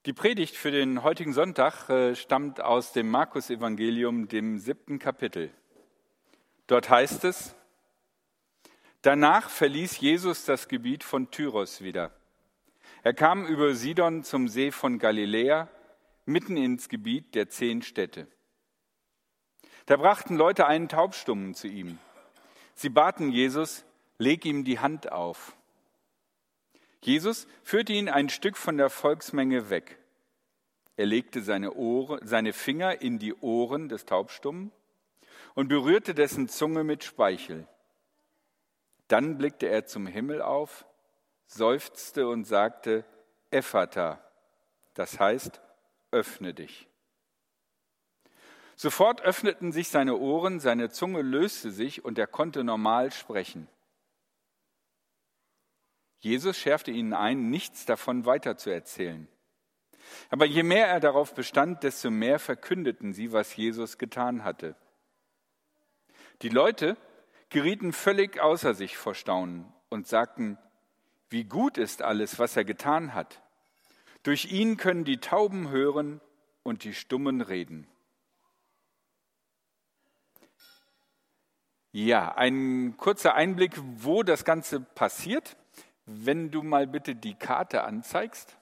Die Predigt für den heutigen Sonntag stammt aus dem Markus-Evangelium, dem 7. Kapitel. Dort heißt es: Danach verließ Jesus das Gebiet von Tyros wieder. Er kam über Sidon zum See von Galiläa, mitten ins Gebiet der 10 Städte. Da brachten Leute einen Taubstummen zu ihm. Sie baten Jesus, leg ihm die Hand auf. Jesus führte ihn ein Stück von der Volksmenge weg. Er legte seine Finger in die Ohren des Taubstummen und berührte dessen Zunge mit Speichel. Dann blickte er zum Himmel auf, seufzte und sagte, Ephata, das heißt, öffne dich. Sofort öffneten sich seine Ohren, seine Zunge löste sich und er konnte normal sprechen. Jesus schärfte ihnen ein, nichts davon weiterzuerzählen. Aber je mehr er darauf bestand, desto mehr verkündeten sie, was Jesus getan hatte. Die Leute gerieten völlig außer sich vor Staunen und sagten, wie gut ist alles, was er getan hat. Durch ihn können die Tauben hören und die Stummen reden. Ja, ein kurzer Einblick, wo das Ganze passiert. Wenn du mal bitte die Karte anzeigst.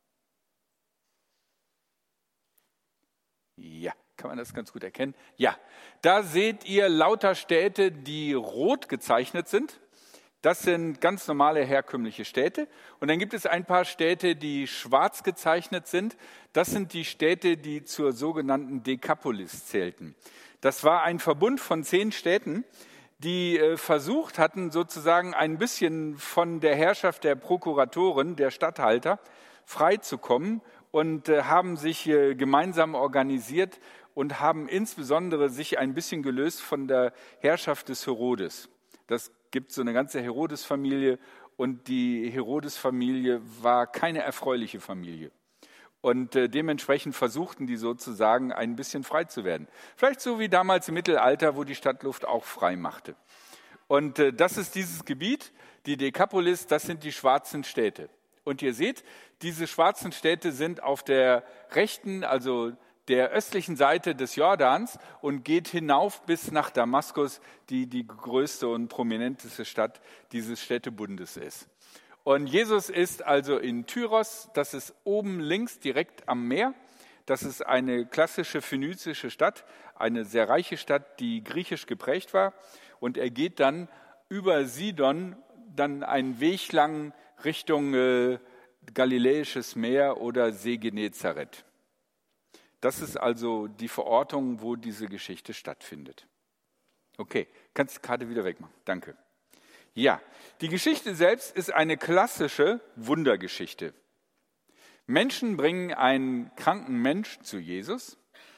Ja, kann man das ganz gut erkennen? Ja, da seht ihr lauter Städte, die rot gezeichnet sind. Das sind ganz normale herkömmliche Städte. Und dann gibt es ein paar Städte, die schwarz gezeichnet sind. Das sind die Städte, die zur sogenannten Dekapolis zählten. Das war ein Verbund von 10 Städten, die versucht hatten, sozusagen ein bisschen von der Herrschaft der Prokuratoren, der Statthalter, freizukommen und haben sich gemeinsam organisiert und haben insbesondere sich ein bisschen gelöst von der Herrschaft des Herodes. Das gibt so eine ganze Herodes-Familie und die Herodes-Familie war keine erfreuliche Familie. Und dementsprechend versuchten die sozusagen ein bisschen frei zu werden. Vielleicht so wie damals im Mittelalter, wo die Stadtluft auch frei machte. Und das ist dieses Gebiet, die Dekapolis, das sind die schwarzen Städte. Und ihr seht, diese schwarzen Städte sind auf der rechten, also der östlichen Seite des Jordans und geht hinauf bis nach Damaskus, die die größte und prominenteste Stadt dieses Städtebundes ist. Und Jesus ist also in Tyros, das ist oben links direkt am Meer. Das ist eine klassische phönizische Stadt, eine sehr reiche Stadt, die griechisch geprägt war. Und er geht dann über Sidon dann einen Weg lang Richtung Galiläisches Meer oder See Genezareth. Das ist also die Verortung, wo diese Geschichte stattfindet. Okay, kannst die Karte wieder wegmachen. Danke. Ja, die Geschichte selbst ist eine klassische Wundergeschichte. Menschen bringen einen kranken Mensch zu Jesus.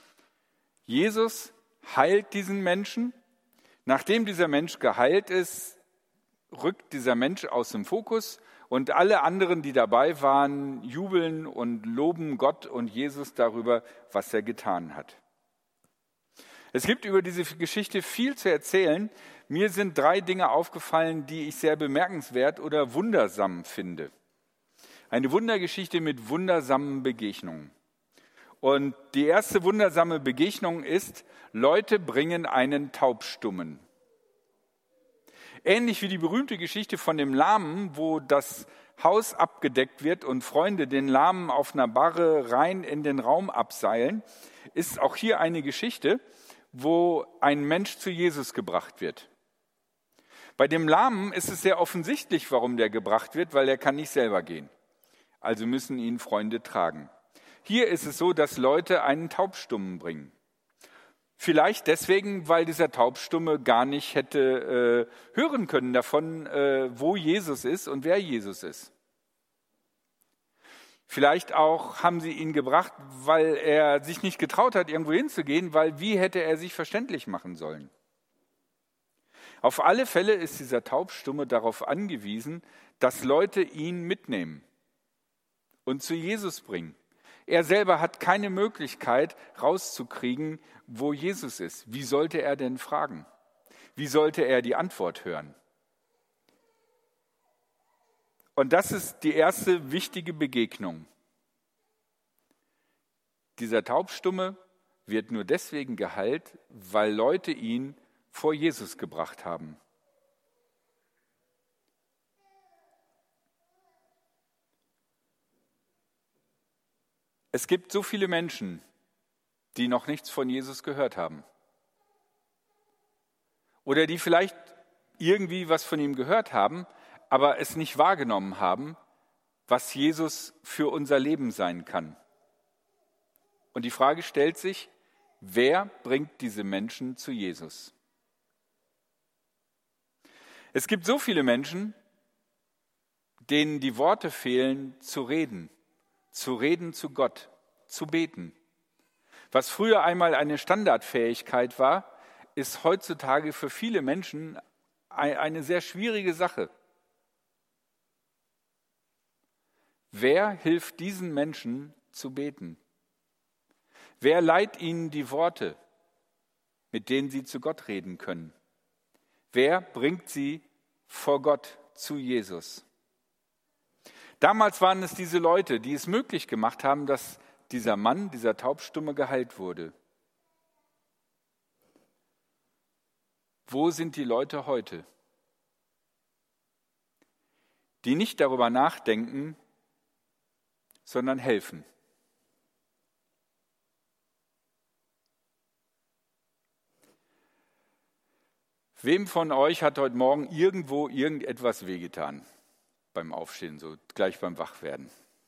Jesus heilt diesen Menschen. Nachdem dieser Mensch geheilt ist, rückt dieser Mensch aus dem Fokus und alle anderen, die dabei waren, jubeln und loben Gott und Jesus darüber, was er getan hat. Es gibt über diese Geschichte viel zu erzählen. Mir sind 3 Dinge aufgefallen, die ich sehr bemerkenswert oder wundersam finde. Eine Wundergeschichte mit wundersamen Begegnungen. Und die erste wundersame Begegnung ist, Leute bringen einen Taubstummen. Ähnlich wie die berühmte Geschichte von dem Lahmen, wo das Haus abgedeckt wird und Freunde den Lahmen auf einer Barre rein in den Raum abseilen, ist auch hier eine Geschichte, wo ein Mensch zu Jesus gebracht wird. Bei dem Lahmen ist es sehr offensichtlich, warum der gebracht wird, weil er kann nicht selber gehen. Also müssen ihn Freunde tragen. Hier ist es so, dass Leute einen Taubstummen bringen. Vielleicht deswegen, weil dieser Taubstumme gar nicht hätte hören können davon, wo Jesus ist und wer Jesus ist. Vielleicht auch haben sie ihn gebracht, weil er sich nicht getraut hat, irgendwo hinzugehen, weil wie hätte er sich verständlich machen sollen? Auf alle Fälle ist dieser Taubstumme darauf angewiesen, dass Leute ihn mitnehmen und zu Jesus bringen. Er selber hat keine Möglichkeit, rauszukriegen, wo Jesus ist. Wie sollte er denn fragen? Wie sollte er die Antwort hören? Und das ist die erste wichtige Begegnung. Dieser Taubstumme wird nur deswegen geheilt, weil Leute ihn vor Jesus gebracht haben. Es gibt so viele Menschen, die noch nichts von Jesus gehört haben. Oder die vielleicht irgendwie was von ihm gehört haben, aber es nicht wahrgenommen haben, was Jesus für unser Leben sein kann. Und die Frage stellt sich, wer bringt diese Menschen zu Jesus? Es gibt so viele Menschen, denen die Worte fehlen, zu reden zu Gott, zu beten. Was früher einmal eine Standardfähigkeit war, ist heutzutage für viele Menschen eine sehr schwierige Sache. Wer hilft diesen Menschen zu beten? Wer leiht ihnen die Worte, mit denen sie zu Gott reden können? Wer bringt sie vor Gott zu Jesus? Damals waren es diese Leute, die es möglich gemacht haben, dass dieser Mann, dieser Taubstumme, geheilt wurde. Wo sind die Leute heute, die nicht darüber nachdenken, sondern helfen? Wem von euch hat heute Morgen irgendwo irgendetwas wehgetan beim Aufstehen, so gleich beim Wachwerden?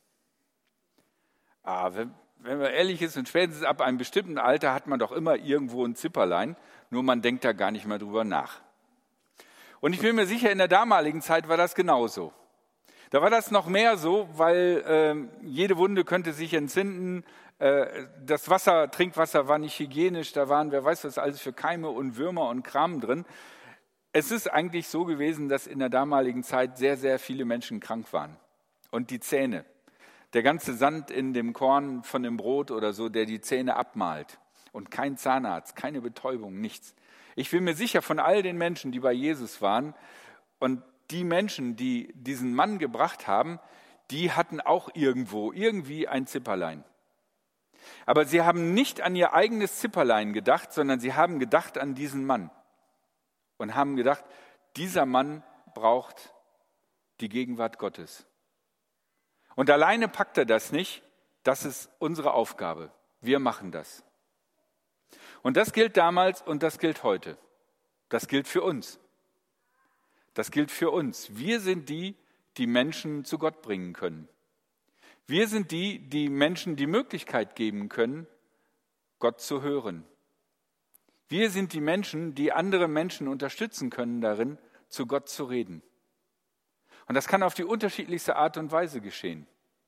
Wenn man ehrlich ist, und spätestens ab einem bestimmten Alter hat man doch immer irgendwo ein Zipperlein, nur man denkt da gar nicht mehr drüber nach. Und ich bin mir sicher, in der damaligen Zeit war das genauso. Da war das noch mehr so, weil jede Wunde könnte sich entzünden, das Trinkwasser war nicht hygienisch, da waren, wer weiß was alles für Keime und Würmer und Kram drin. Es ist eigentlich so gewesen, dass in der damaligen Zeit sehr, sehr viele Menschen krank waren. Und die Zähne, der ganze Sand in dem Korn von dem Brot oder so, der die Zähne abmalt. Und kein Zahnarzt, keine Betäubung, nichts. Ich bin mir sicher, von all den Menschen, die bei Jesus waren und die Menschen, die diesen Mann gebracht haben, die hatten auch irgendwie ein Zipperlein. Aber sie haben nicht an ihr eigenes Zipperlein gedacht, sondern sie haben gedacht an diesen Mann. Und haben gedacht, dieser Mann braucht die Gegenwart Gottes. Und alleine packt er das nicht, das ist unsere Aufgabe. Wir machen das. Und das gilt damals und das gilt heute. Das gilt für uns. Das gilt für uns. Wir sind die, die Menschen zu Gott bringen können. Wir sind die, die Menschen die Möglichkeit geben können, Gott zu hören. Wir sind die Menschen, die andere Menschen unterstützen können darin, zu Gott zu reden. Und das kann auf die unterschiedlichste Art und Weise geschehen.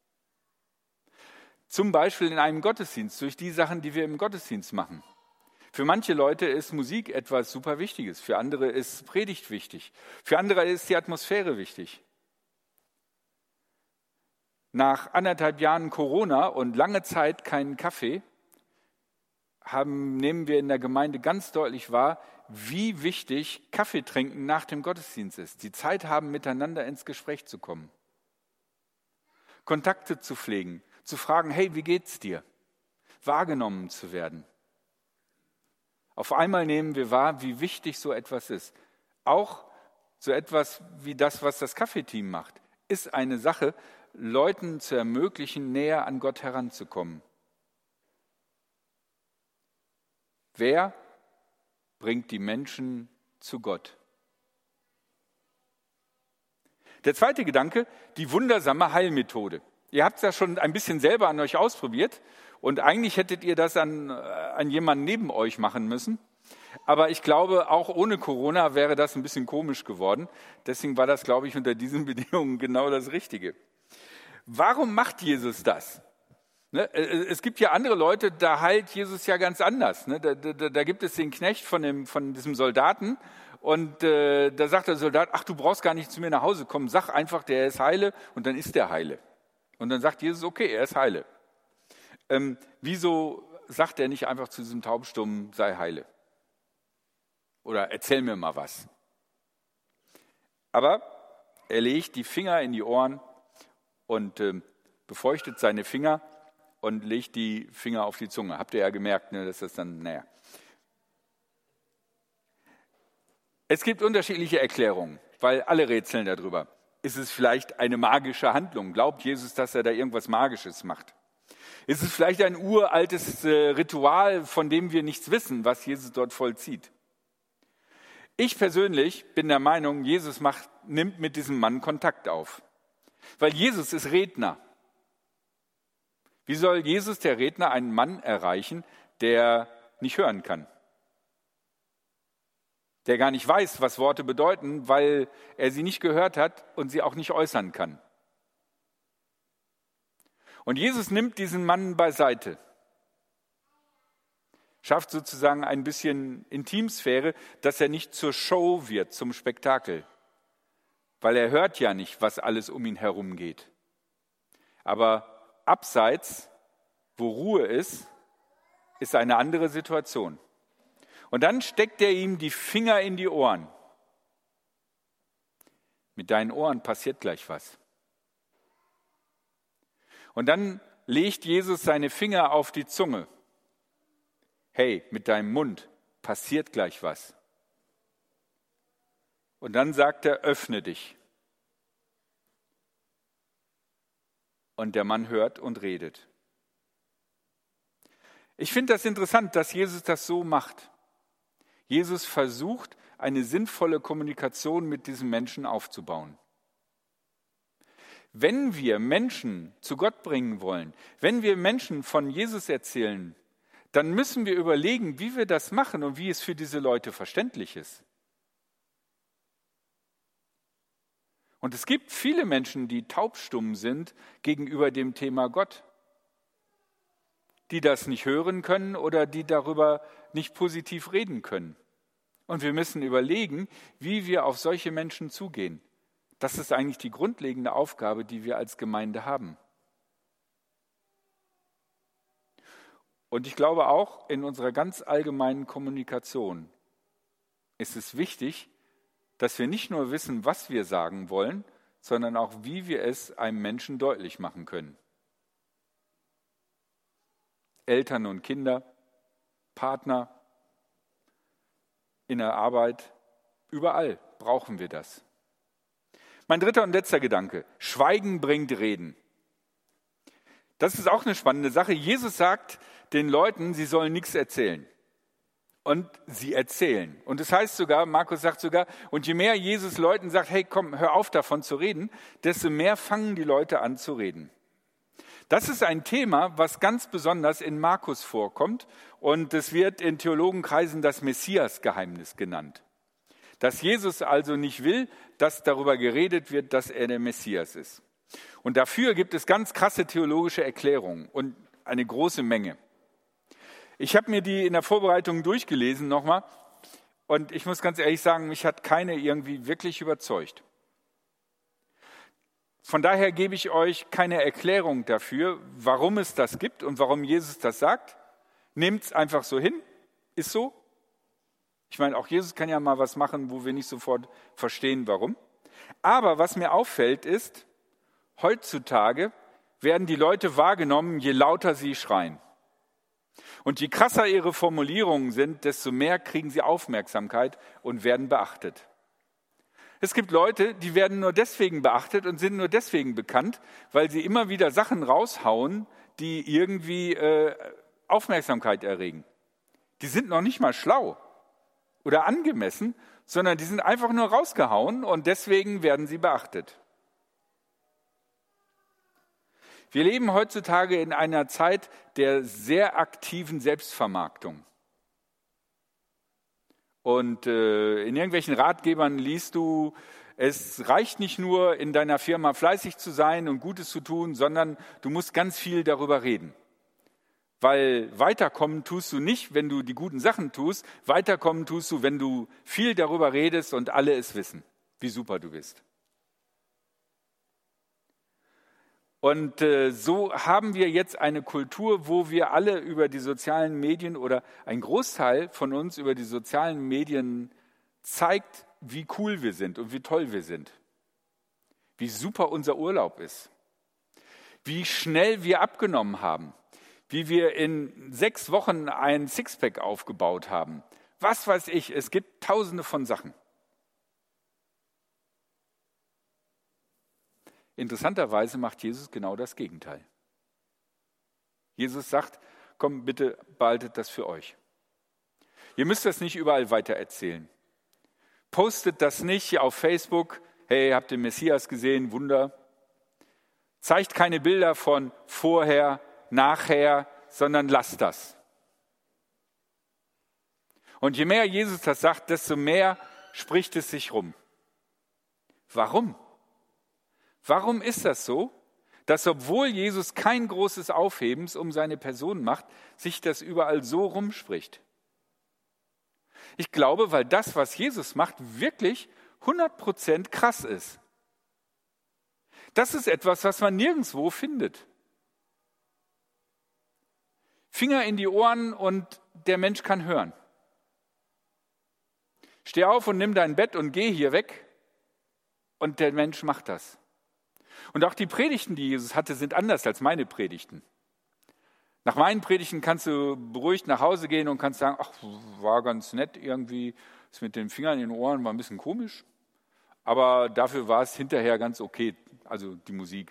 Zum Beispiel in einem Gottesdienst, durch die Sachen, die wir im Gottesdienst machen. Für manche Leute ist Musik etwas super Wichtiges, für andere ist Predigt wichtig, für andere ist die Atmosphäre wichtig. Nach 1,5 Jahren Corona und lange Zeit keinen Kaffee, nehmen wir in der Gemeinde ganz deutlich wahr, wie wichtig Kaffee trinken nach dem Gottesdienst ist. Die Zeit haben, miteinander ins Gespräch zu kommen. Kontakte zu pflegen, zu fragen, hey, wie geht's dir? Wahrgenommen zu werden. Auf einmal nehmen wir wahr, wie wichtig so etwas ist. Auch so etwas wie das, was das Kaffeeteam macht, ist eine Sache, Leuten zu ermöglichen, näher an Gott heranzukommen. Wer bringt die Menschen zu Gott? Der zweite Gedanke, die wundersame Heilmethode. Ihr habt es ja schon ein bisschen selber an euch ausprobiert und eigentlich hättet ihr das an jemanden neben euch machen müssen. Aber ich glaube, auch ohne Corona wäre das ein bisschen komisch geworden. Deswegen war das, glaube ich, unter diesen Bedingungen genau das Richtige. Warum macht Jesus das? Es gibt ja andere Leute, da heilt Jesus ja ganz anders. Da gibt es den Knecht von diesem Soldaten und da sagt der Soldat, ach, du brauchst gar nicht zu mir nach Hause kommen, sag einfach, der ist heile und dann ist der heile. Und dann sagt Jesus, okay, er ist heile. Wieso sagt er nicht einfach zu diesem Taubstummen, sei heile? Oder erzähl mir mal was. Aber er legt die Finger in die Ohren und befeuchtet seine Finger und legt die Finger auf die Zunge. Habt ihr ja gemerkt, ne, dass das dann, naja. Es gibt unterschiedliche Erklärungen, weil alle rätseln darüber. Ist es vielleicht eine magische Handlung? Glaubt Jesus, dass er da irgendwas Magisches macht? Ist es vielleicht ein uraltes Ritual, von dem wir nichts wissen, was Jesus dort vollzieht? Ich persönlich bin der Meinung, Jesus nimmt mit diesem Mann Kontakt auf. Weil Jesus ist Redner. Wie soll Jesus, der Redner, einen Mann erreichen, der nicht hören kann? Der gar nicht weiß, was Worte bedeuten, weil er sie nicht gehört hat und sie auch nicht äußern kann. Und Jesus nimmt diesen Mann beiseite, schafft sozusagen ein bisschen Intimsphäre, dass er nicht zur Show wird, zum Spektakel, weil er hört ja nicht, was alles um ihn herum geht. Aber abseits, wo Ruhe ist eine andere Situation. Und dann steckt er ihm die Finger in die Ohren. Mit deinen Ohren passiert gleich was. Und dann legt Jesus seine Finger auf die Zunge. Hey, mit deinem Mund passiert gleich was. Und dann sagt er, öffne dich. Und der Mann hört und redet. Ich finde das interessant, dass Jesus das so macht. Jesus versucht, eine sinnvolle Kommunikation mit diesem Menschen aufzubauen. Wenn wir Menschen zu Gott bringen wollen, wenn wir Menschen von Jesus erzählen, dann müssen wir überlegen, wie wir das machen und wie es für diese Leute verständlich ist. Und es gibt viele Menschen, die taubstumm sind gegenüber dem Thema Gott, die das nicht hören können oder die darüber nicht positiv reden können. Und wir müssen überlegen, wie wir auf solche Menschen zugehen. Das ist eigentlich die grundlegende Aufgabe, die wir als Gemeinde haben. Und ich glaube auch, in unserer ganz allgemeinen Kommunikation ist es wichtig, dass wir nicht nur wissen, was wir sagen wollen, sondern auch, wie wir es einem Menschen deutlich machen können. Eltern und Kinder, Partner, in der Arbeit, überall brauchen wir das. Mein dritter und letzter Gedanke, Schweigen bringt Reden. Das ist auch eine spannende Sache. Jesus sagt den Leuten, sie sollen nichts erzählen. Und sie erzählen. Und das heißt sogar, Markus sagt sogar, und je mehr Jesus Leuten sagt, hey komm, hör auf davon zu reden, desto mehr fangen die Leute an zu reden. Das ist ein Thema, was ganz besonders in Markus vorkommt und es wird in Theologenkreisen das Messias-Geheimnis genannt. Dass Jesus also nicht will, dass darüber geredet wird, dass er der Messias ist. Und dafür gibt es ganz krasse theologische Erklärungen und eine große Menge. Ich habe mir die in der Vorbereitung durchgelesen nochmal und ich muss ganz ehrlich sagen, mich hat keine irgendwie wirklich überzeugt. Von daher gebe ich euch keine Erklärung dafür, warum es das gibt und warum Jesus das sagt. Nehmt es einfach so hin, ist so. Ich meine, auch Jesus kann ja mal was machen, wo wir nicht sofort verstehen, warum. Aber was mir auffällt ist, heutzutage werden die Leute wahrgenommen, je lauter sie schreien. Und je krasser ihre Formulierungen sind, desto mehr kriegen sie Aufmerksamkeit und werden beachtet. Es gibt Leute, die werden nur deswegen beachtet und sind nur deswegen bekannt, weil sie immer wieder Sachen raushauen, die irgendwie Aufmerksamkeit erregen. Die sind noch nicht mal schlau oder angemessen, sondern die sind einfach nur rausgehauen und deswegen werden sie beachtet. Wir leben heutzutage in einer Zeit der sehr aktiven Selbstvermarktung. Und in irgendwelchen Ratgebern liest du, es reicht nicht nur, in deiner Firma fleißig zu sein und Gutes zu tun, sondern du musst ganz viel darüber reden. Weil weiterkommen tust du nicht, wenn du die guten Sachen tust. Weiterkommen tust du, wenn du viel darüber redest und alle es wissen, wie super du bist. Und so haben wir jetzt eine Kultur, wo wir alle über die sozialen Medien oder ein Großteil von uns über die sozialen Medien zeigt, wie cool wir sind und wie toll wir sind. Wie super unser Urlaub ist. Wie schnell wir abgenommen haben. wie wir in 6 Wochen ein Sixpack aufgebaut haben. Was weiß ich, es gibt tausende von Sachen. Interessanterweise macht Jesus genau das Gegenteil. Jesus sagt, komm, bitte behaltet das für euch. Ihr müsst das nicht überall weitererzählen. Postet das nicht auf Facebook, hey, habt ihr Messias gesehen, Wunder. Zeigt keine Bilder von vorher, nachher, sondern lasst das. Und je mehr Jesus das sagt, desto mehr spricht es sich rum. Warum? Warum ist das so, dass obwohl Jesus kein großes Aufhebens um seine Person macht, sich das überall so rumspricht? Ich glaube, weil das, was Jesus macht, wirklich 100% krass ist. Das ist etwas, was man nirgendwo findet. Finger in die Ohren und der Mensch kann hören. Steh auf und nimm dein Bett und geh hier weg und der Mensch macht das. Und auch die Predigten, die Jesus hatte, sind anders als meine Predigten. Nach meinen Predigten kannst du beruhigt nach Hause gehen und kannst sagen, ach, war ganz nett irgendwie, das mit den Fingern in den Ohren war ein bisschen komisch, aber dafür war es hinterher ganz okay, also die Musik.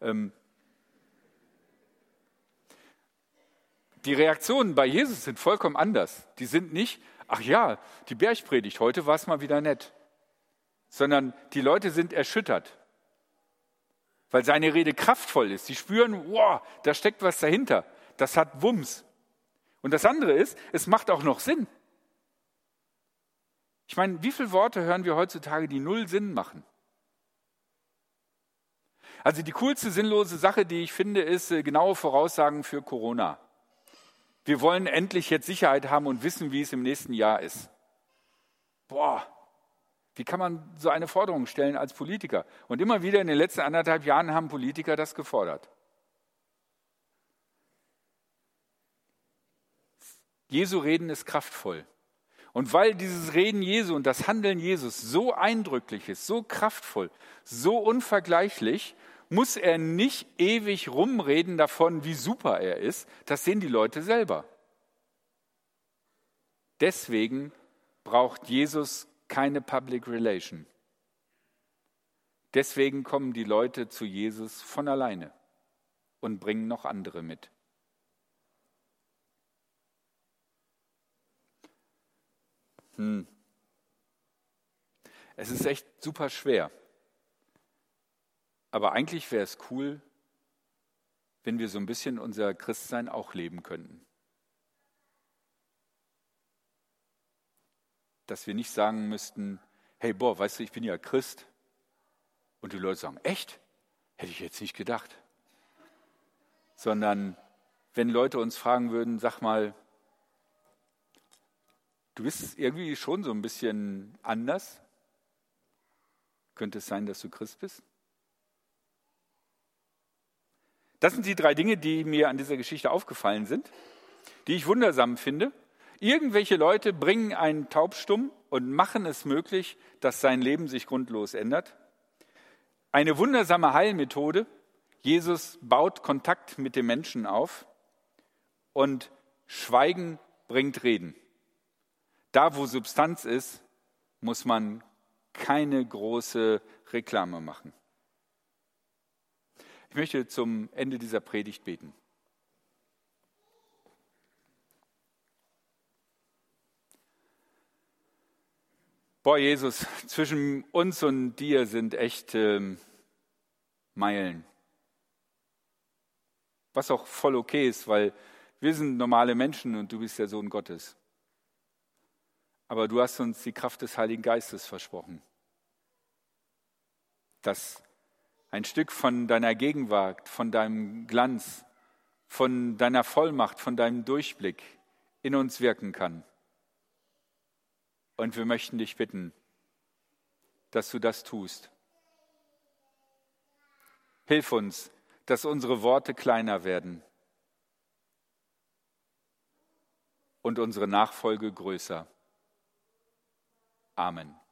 Die Reaktionen bei Jesus sind vollkommen anders. Die sind nicht, ach ja, die Bergpredigt, heute war es mal wieder nett, sondern die Leute sind erschüttert, weil seine Rede kraftvoll ist. Sie spüren, wow, da steckt was dahinter. Das hat Wumms. Und das andere ist, es macht auch noch Sinn. Ich meine, wie viele Worte hören wir heutzutage, die null Sinn machen? Also die coolste sinnlose Sache, die ich finde, ist genaue Voraussagen für Corona. Wir wollen endlich jetzt Sicherheit haben und wissen, wie es im nächsten Jahr ist. Boah, wie kann man so eine Forderung stellen als Politiker? Und immer wieder in den letzten 1,5 Jahren haben Politiker das gefordert. Jesu Reden ist kraftvoll. Und weil dieses Reden Jesu und das Handeln Jesus so eindrücklich ist, so kraftvoll, so unvergleichlich, muss er nicht ewig rumreden davon, wie super er ist. Das sehen die Leute selber. Deswegen braucht Jesus keine Public Relation. Deswegen kommen die Leute zu Jesus von alleine und bringen noch andere mit. Es ist echt super schwer. Aber eigentlich wäre es cool, wenn wir so ein bisschen unser Christsein auch leben könnten. Dass wir nicht sagen müssten, hey, boah, weißt du, ich bin ja Christ. Und die Leute sagen, echt? Hätte ich jetzt nicht gedacht. Sondern wenn Leute uns fragen würden, sag mal, du bist irgendwie schon so ein bisschen anders. Könnte es sein, dass du Christ bist? Das sind die 3 Dinge, die mir an dieser Geschichte aufgefallen sind, die ich wundersam finde. Irgendwelche Leute bringen einen Taubstumm und machen es möglich, dass sein Leben sich grundlos ändert. Eine wundersame Heilmethode. Jesus baut Kontakt mit dem Menschen auf und Schweigen bringt Reden. Da, wo Substanz ist, muss man keine große Reklame machen. Ich möchte zum Ende dieser Predigt beten. Boah, Jesus, zwischen uns und dir sind echt Meilen. Was auch voll okay ist, weil wir sind normale Menschen und du bist der Sohn Gottes. Aber du hast uns die Kraft des Heiligen Geistes versprochen, dass ein Stück von deiner Gegenwart, von deinem Glanz, von deiner Vollmacht, von deinem Durchblick in uns wirken kann. Und wir möchten dich bitten, dass du das tust. Hilf uns, dass unsere Worte kleiner werden und unsere Nachfolge größer. Amen.